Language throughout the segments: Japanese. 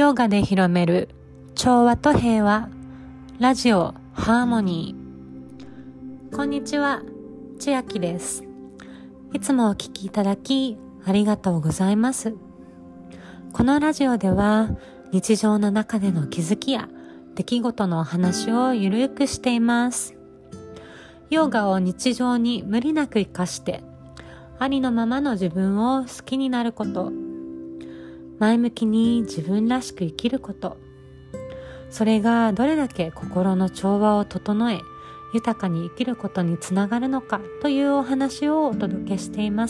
ヨガで広める調和と平和、ラジオハーモニー。こんにちは、千秋です。いつもお聞きいただきありがとうございます。このラジオでは日常の中での気づきや出来事のお話をゆるくしています。ヨガを日常に無理なく活かしてありのままの自分を好きになること、前向きに自分らしく生きること、それがどれだけ心の調和を整え豊かに生きることにつながるのかというお話をお届けしています。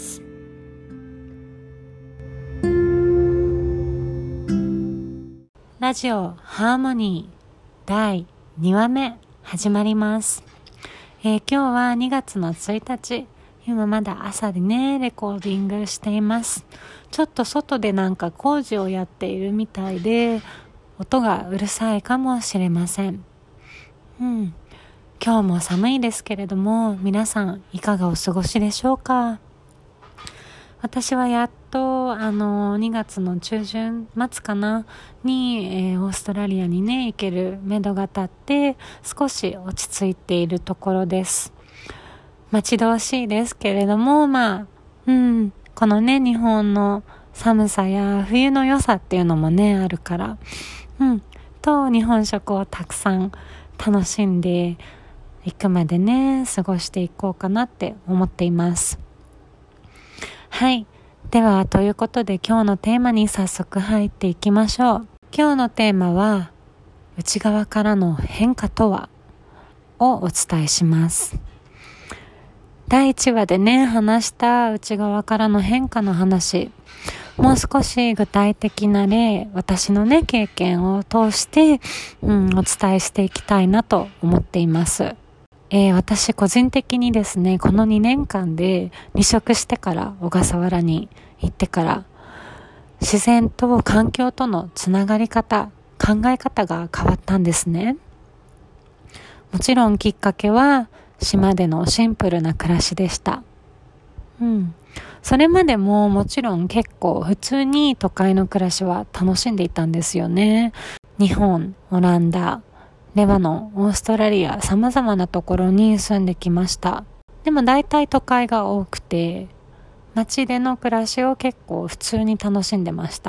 ラジオハーモニー第2話目始まります。今日は2月の1日、今まだ朝でねレコーディングしています。ちょっと外で工事をやっているみたいで音がうるさいかもしれません。今日も寒いですけれども、皆さんいかがお過ごしでしょうか。私はやっと2月の中旬末かなに、オーストラリアにね行けるめどが立って少し落ち着いているところです。待ち遠しいですけれども、このね日本の寒さや冬の良さっていうのもねあるから、と日本食をたくさん楽しんでいくまでね過ごしていこうかなって思っています。はい、ではということで今日のテーマに早速入っていきましょう。今日のテーマは内側からの変化とはをお伝えします。第1話でね話した内側からの変化の話、もう少し具体的な例、私のね経験を通して、お伝えしていきたいなと思っています。私個人的にですね、この2年間で離職してから小笠原に行ってから自然と環境とのつながり方、考え方が変わったんですね。もちろんきっかけは島でのシンプルな暮らしでした。それまでももちろん結構普通に都会の暮らしは楽しんでいたんですよね。日本、オランダ、レバノン、オーストラリア、様々なところに住んできました。でも大体都会が多くて、街での暮らしを結構普通に楽しんでました。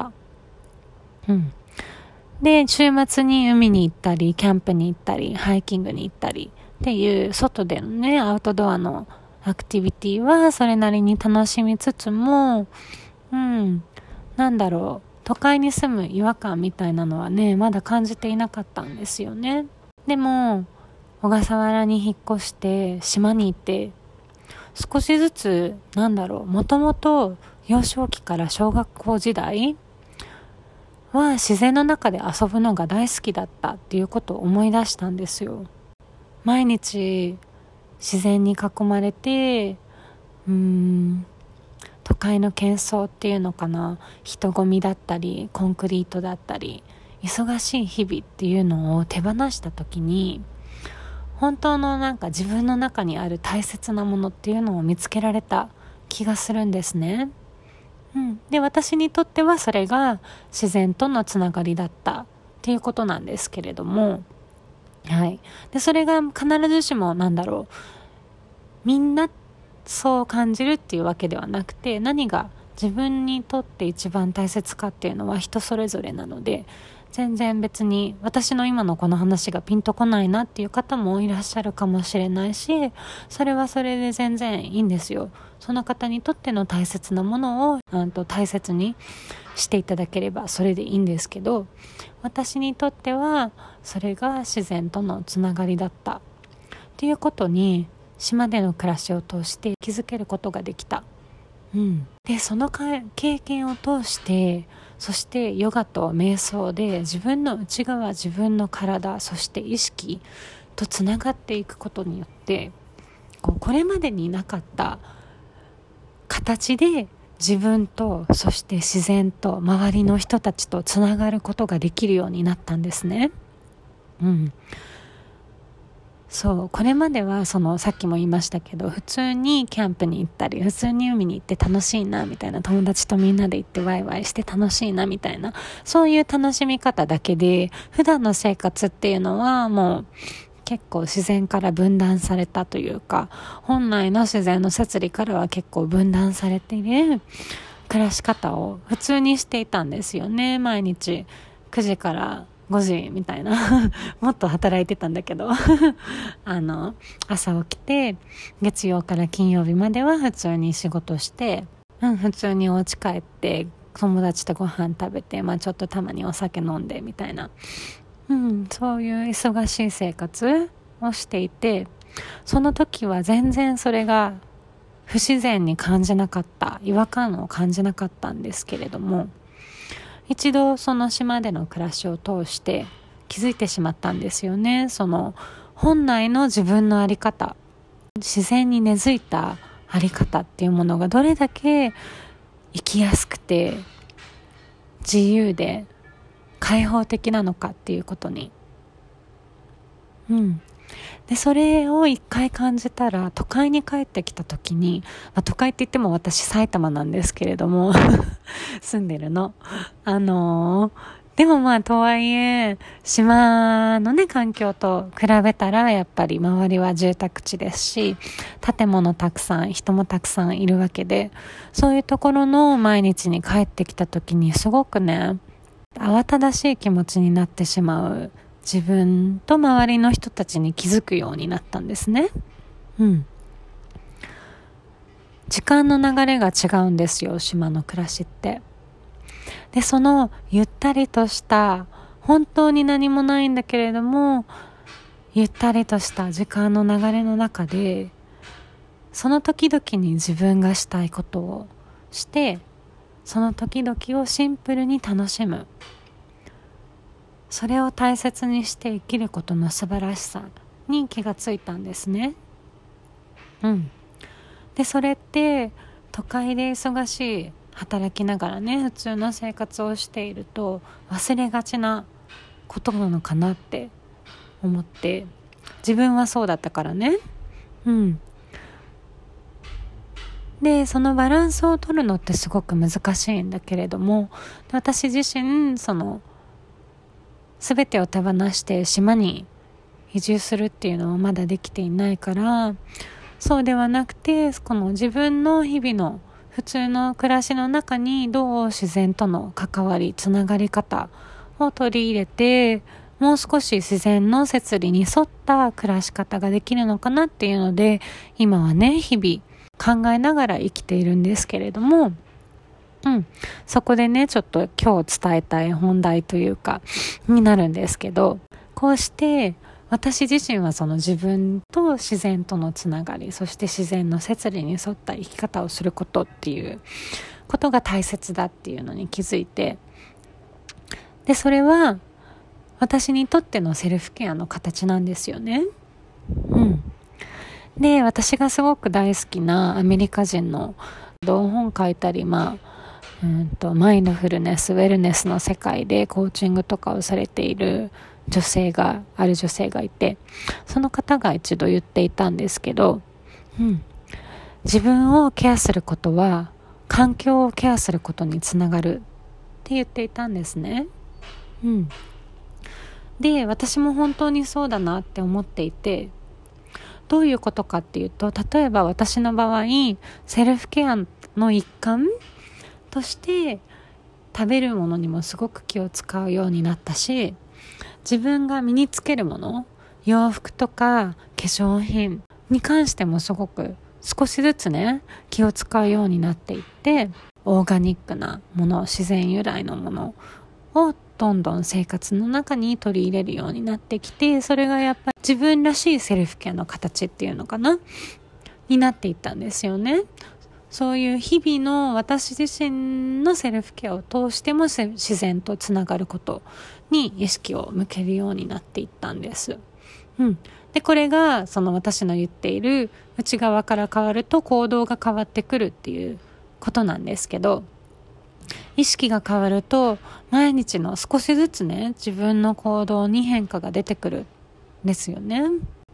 で、週末に海に行ったり、キャンプに行ったり、ハイキングに行ったりっていう外でのね、アウトドアのアクティビティはそれなりに楽しみつつも、都会に住む違和感みたいなのはね、まだ感じていなかったんですよね。でも、小笠原に引っ越して島に行って、少しずつ、もともと幼少期から小学校時代は自然の中で遊ぶのが大好きだったっていうことを思い出したんですよ。毎日自然に囲まれて、都会の喧騒っていうのかな、人混みだったりコンクリートだったり忙しい日々っていうのを手放した時に、本当の自分の中にある大切なものっていうのを見つけられた気がするんですね。で、私にとってはそれが自然とのつながりだったっていうことなんですけれども、でそれが必ずしもみんなそう感じるっていうわけではなくて、何が自分にとって一番大切かっていうのは人それぞれなので、全然別に私の今のこの話がピンとこないなっていう方もいらっしゃるかもしれないし、それはそれで全然いいんですよ。その方にとっての大切なものを大切にしていただければそれでいいんですけど、私にとってはそれが自然とのつながりだったっていうことに、島での暮らしを通して気づけることができた。でその経験を通して、そしてヨガと瞑想で自分の内側、自分の体、そして意識とつながっていくことによって、これまでになかった形で自分と、そして自然と周りの人たちとつながることができるようになったんですね。 これまではさっきも言いましたけど、普通にキャンプに行ったり、普通に海に行って楽しいなみたいな、友達とみんなで行ってワイワイして楽しいなみたいな、そういう楽しみ方だけで、普段の生活っていうのはもう結構自然から分断されたというか、本来の自然の摂理からは結構分断されている暮らし方を普通にしていたんですよね。毎日9時から5時みたいなもっと働いてたんだけど朝起きて月曜から金曜日までは普通に仕事して、普通にお家帰って友達とご飯食べて、ちょっとたまにお酒飲んでみたいな、そういう忙しい生活をしていて、その時は全然それが不自然に感じなかった、違和感を感じなかったんですけれども、一度その島での暮らしを通して気づいてしまったんですよね。本来の自分の在り方、自然に根付いた在り方っていうものがどれだけ生きやすくて自由で開放的なのかっていうことに。で、それを一回感じたら、都会に帰ってきた時に、都会って言っても私埼玉なんですけれども住んでるの。でもとはいえ、島のね、環境と比べたら、やっぱり周りは住宅地ですし、建物たくさん、人もたくさんいるわけで、そういうところの毎日に帰ってきた時に、すごくね、慌ただしい気持ちになってしまう自分と周りの人たちに気づくようになったんですね。時間の流れが違うんですよ、島の暮らしって。で、そのゆったりとした本当に何もないんだけれどもゆったりとした時間の流れの中で、その時々に自分がしたいことをして、その時々をシンプルに楽しむ、それを大切にして生きることの素晴らしさに気がついたんですね。で、それって都会で忙しい働きながらね、普通の生活をしていると忘れがちなことなのかなって思って、自分はそうだったからね。で、そのバランスを取るのってすごく難しいんだけれども、私自身全てを手放して島に移住するっていうのはまだできていないから、そうではなくて、この自分の日々の普通の暮らしの中にどう自然との関わり、つながり方を取り入れて、もう少し自然の摂理に沿った暮らし方ができるのかなっていうので、今はね、日々考えながら生きているんですけれども、そこでね、ちょっと今日伝えたい本題というかになるんですけど、こうして私自身はその自分と自然とのつながり、そして自然の摂理に沿った生き方をすることっていうことが大切だっていうのに気づいて、で、それは私にとってのセルフケアの形なんですよね。で、私がすごく大好きなアメリカ人の本書いたり、マインドフルネス、ウェルネスの世界でコーチングとかをされているある女性がいて、その方が一度言っていたんですけど、自分をケアすることは環境をケアすることにつながるって言っていたんですね。で、私も本当にそうだなって思っていて、どういうことかっていうと、例えば私の場合、セルフケアの一環として食べるものにもすごく気を使うようになったし、自分が身につけるもの、洋服とか化粧品に関してもすごく少しずつね、気を使うようになっていって、オーガニックなもの、自然由来のものをどんどん生活の中に取り入れるようになってきて、それがやっぱり自分らしいセルフケアの形っていうのかなになっていったんですよね。そういう日々の私自身のセルフケアを通しても自然とつながることに意識を向けるようになっていったんです。で、これが私の言っている内側から変わると行動が変わってくるっていうことなんですけど、意識が変わると毎日の少しずつね、自分の行動に変化が出てくるんですよね。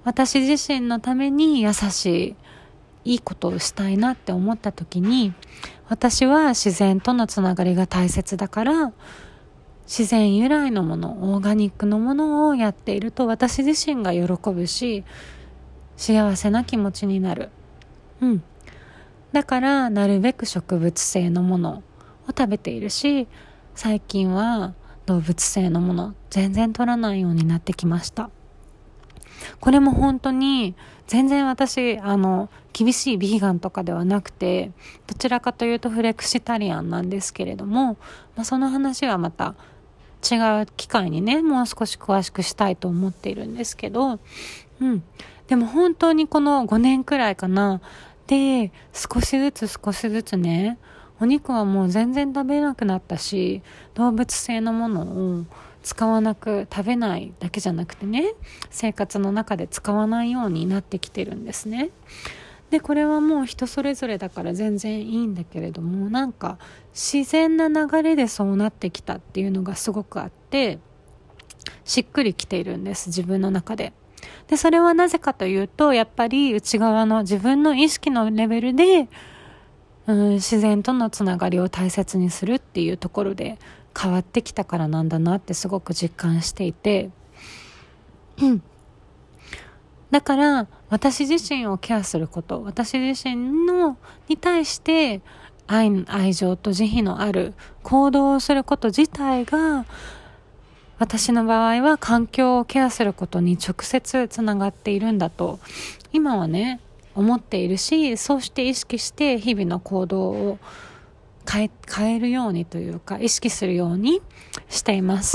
私自身のために優しいいいことをしたいなって思った時に、私は自然とのつながりが大切だから、自然由来のもの、オーガニックのものをやっていると私自身が喜ぶし、幸せな気持ちになる。だからなるべく植物性のものを食べているし、最近は動物性のもの全然取らないようになってきました。これも本当に全然私厳しいビーガンとかではなくて、どちらかというとフレクシタリアンなんですけれども、その話はまた違う機会にね、もう少し詳しくしたいと思っているんですけど、でも本当にこの5年くらいかなで、少しずつね、お肉はもう全然食べなくなったし、動物性のものを使わなく、食べないだけじゃなくてね、生活の中で使わないようになってきてるんですね。でこれはもう人それぞれだから全然いいんだけれども、なんか自然な流れでそうなってきたっていうのがすごくあって、しっくりきているんです、自分の中で。でそれはなぜかというと、やっぱり内側の自分の意識のレベルで自然とのつながりを大切にするっていうところで変わってきたからなんだなってすごく実感していて、だから私自身をケアすること、私自身に対して愛情と慈悲のある行動をすること自体が、私の場合は環境をケアすることに直接つながっているんだと今はね思っているし、そうして意識して日々の行動を変えるようにというか、意識するようにしています。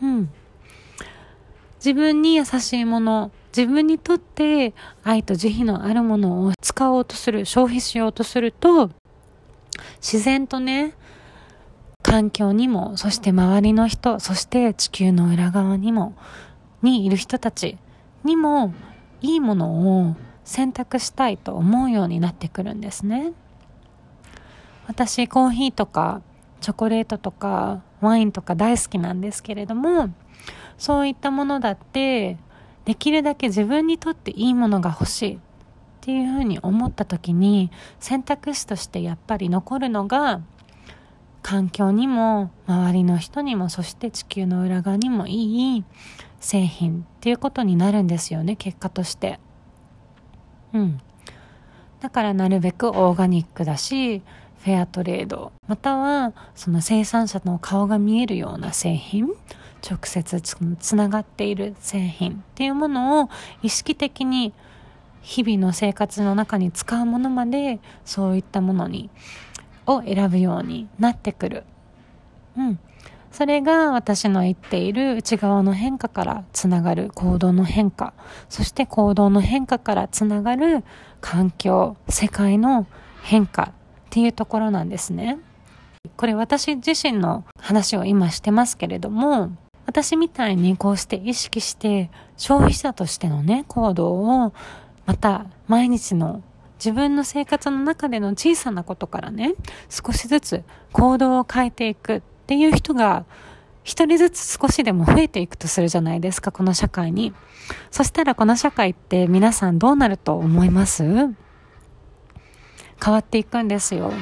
自分に優しいもの、自分にとって愛と慈悲のあるものを使おうとする、消費しようとすると、自然とね、環境にも、そして周りの人、そして地球の裏側にいる人たちにもいいものを選択したいと思うようになってくるんですね。私コーヒーとかチョコレートとかワインとか大好きなんですけれども、そういったものだってできるだけ自分にとっていいものが欲しいっていうふうに思った時に、選択肢としてやっぱり残るのが、環境にも周りの人にも、そして地球の裏側にもいい製品っていうことになるんですよね、結果として。だからなるべくオーガニックだし、フェアトレード、またはその生産者の顔が見えるような製品、直接つながっている製品っていうものを意識的に日々の生活の中に使うものまで、そういったものを選ぶようになってくる。それが私の言っている内側の変化からつながる行動の変化、そして行動の変化からつながる環境、世界の変化っていうところなんですね。これ私自身の話を今してますけれども、私みたいにこうして意識して消費者としてのね行動を、また毎日の自分の生活の中での小さなことからね、少しずつ行動を変えていくっていう人が一人ずつ少しでも増えていくとするじゃないですか、この社会に。そしたらこの社会って皆さんどうなると思います？変わっていくんですよ。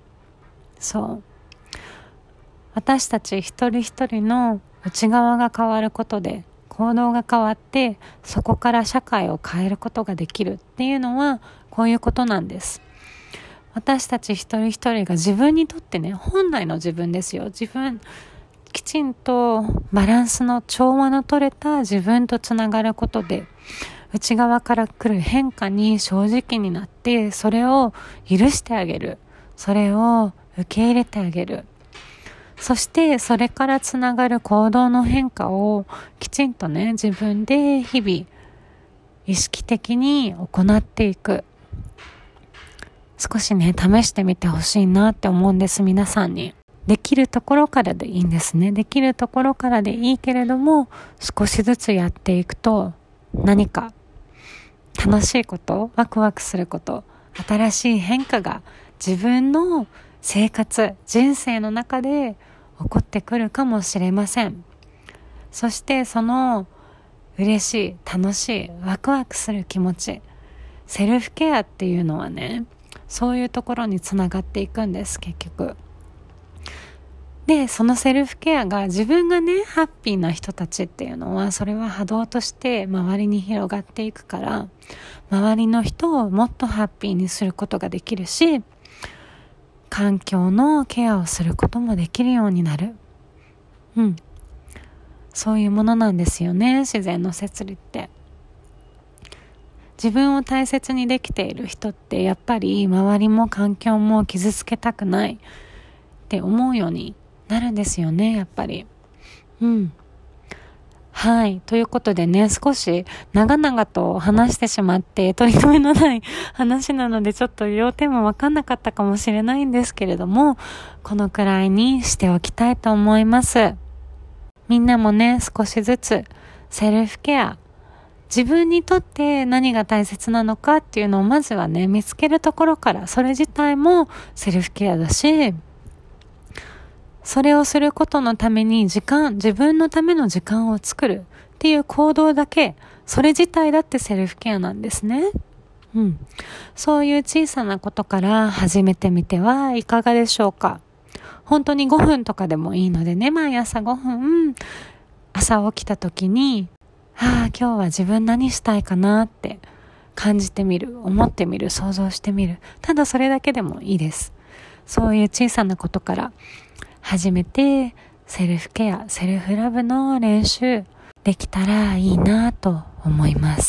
私たち一人一人の内側が変わることで行動が変わって、そこから社会を変えることができるっていうのはこういうことなんです。私たち一人一人が自分にとってね、本来の自分ですよ。きちんとバランスの調和の取れた自分とつながることで、内側から来る変化に正直になって、それを許してあげる。それを受け入れてあげる。そしてそれからつながる行動の変化をきちんとね、自分で日々意識的に行っていく。少しね、試してみてほしいなって思うんです、皆さんに。できるところからでいいんですね。できるところからでいいけれども、少しずつやっていくと、何か楽しいこと、ワクワクすること、新しい変化が自分の生活、人生の中で起こってくるかもしれません。そしてその嬉しい、楽しい、ワクワクする気持ち、セルフケアっていうのはね、そういうところにつながっていくんです、結局。で、そのセルフケアが自分がね、ハッピーな人たちっていうのは、それは波動として周りに広がっていくから、周りの人をもっとハッピーにすることができるし、環境のケアをすることもできるようになる。そういうものなんですよね、自然の摂理って。自分を大切にできている人ってやっぱり周りも環境も傷つけたくないって思うようになるんですよね、やっぱり。はい。ということでね、少し長々と話してしまって取り留めのない話なのでちょっと要点もわかんなかったかもしれないんですけれども、このくらいにしておきたいと思います。みんなもね、少しずつセルフケア、自分にとって何が大切なのかっていうのをまずはね、見つけるところから、それ自体もセルフケアだし、それをすることのために自分のための時間を作るっていう行動だけ、それ自体だってセルフケアなんですね。そういう小さなことから始めてみてはいかがでしょうか。本当に5分とかでもいいのでね、毎朝5分、朝起きた時に、今日は自分何したいかなって感じてみる、思ってみる、想像してみる。ただそれだけでもいいです。そういう小さなことから始めて、セルフケア、セルフラブの練習できたらいいなと思います。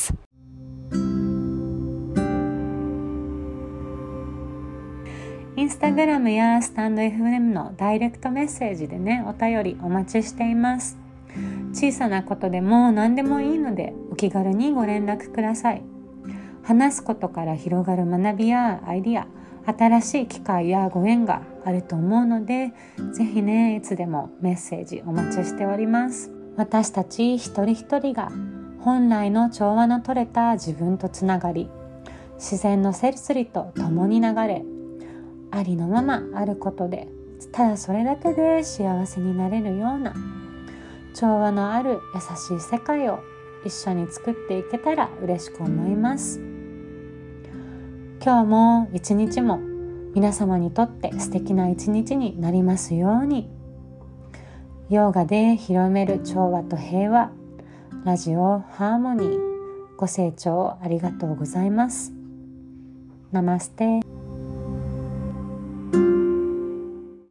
インスタグラムやスタンド FM のダイレクトメッセージでね、お便りお待ちしています。小さなことでも何でもいいのでお気軽にご連絡ください。話すことから広がる学びやアイディア、新しい機会やご縁があると思うので、ぜひね、いつでもメッセージお待ちしております。私たち一人一人が本来の調和の取れた自分とつながり、自然の摂理と共に流れ、ありのままあることで、ただそれだけで幸せになれるような調和のある優しい世界を一緒に作っていけたら嬉しく思います。今日も一日も皆様にとって素敵な一日になりますように。ヨガで広める調和と平和、ラジオハーモニー、ご清聴ありがとうございます。ナマステ。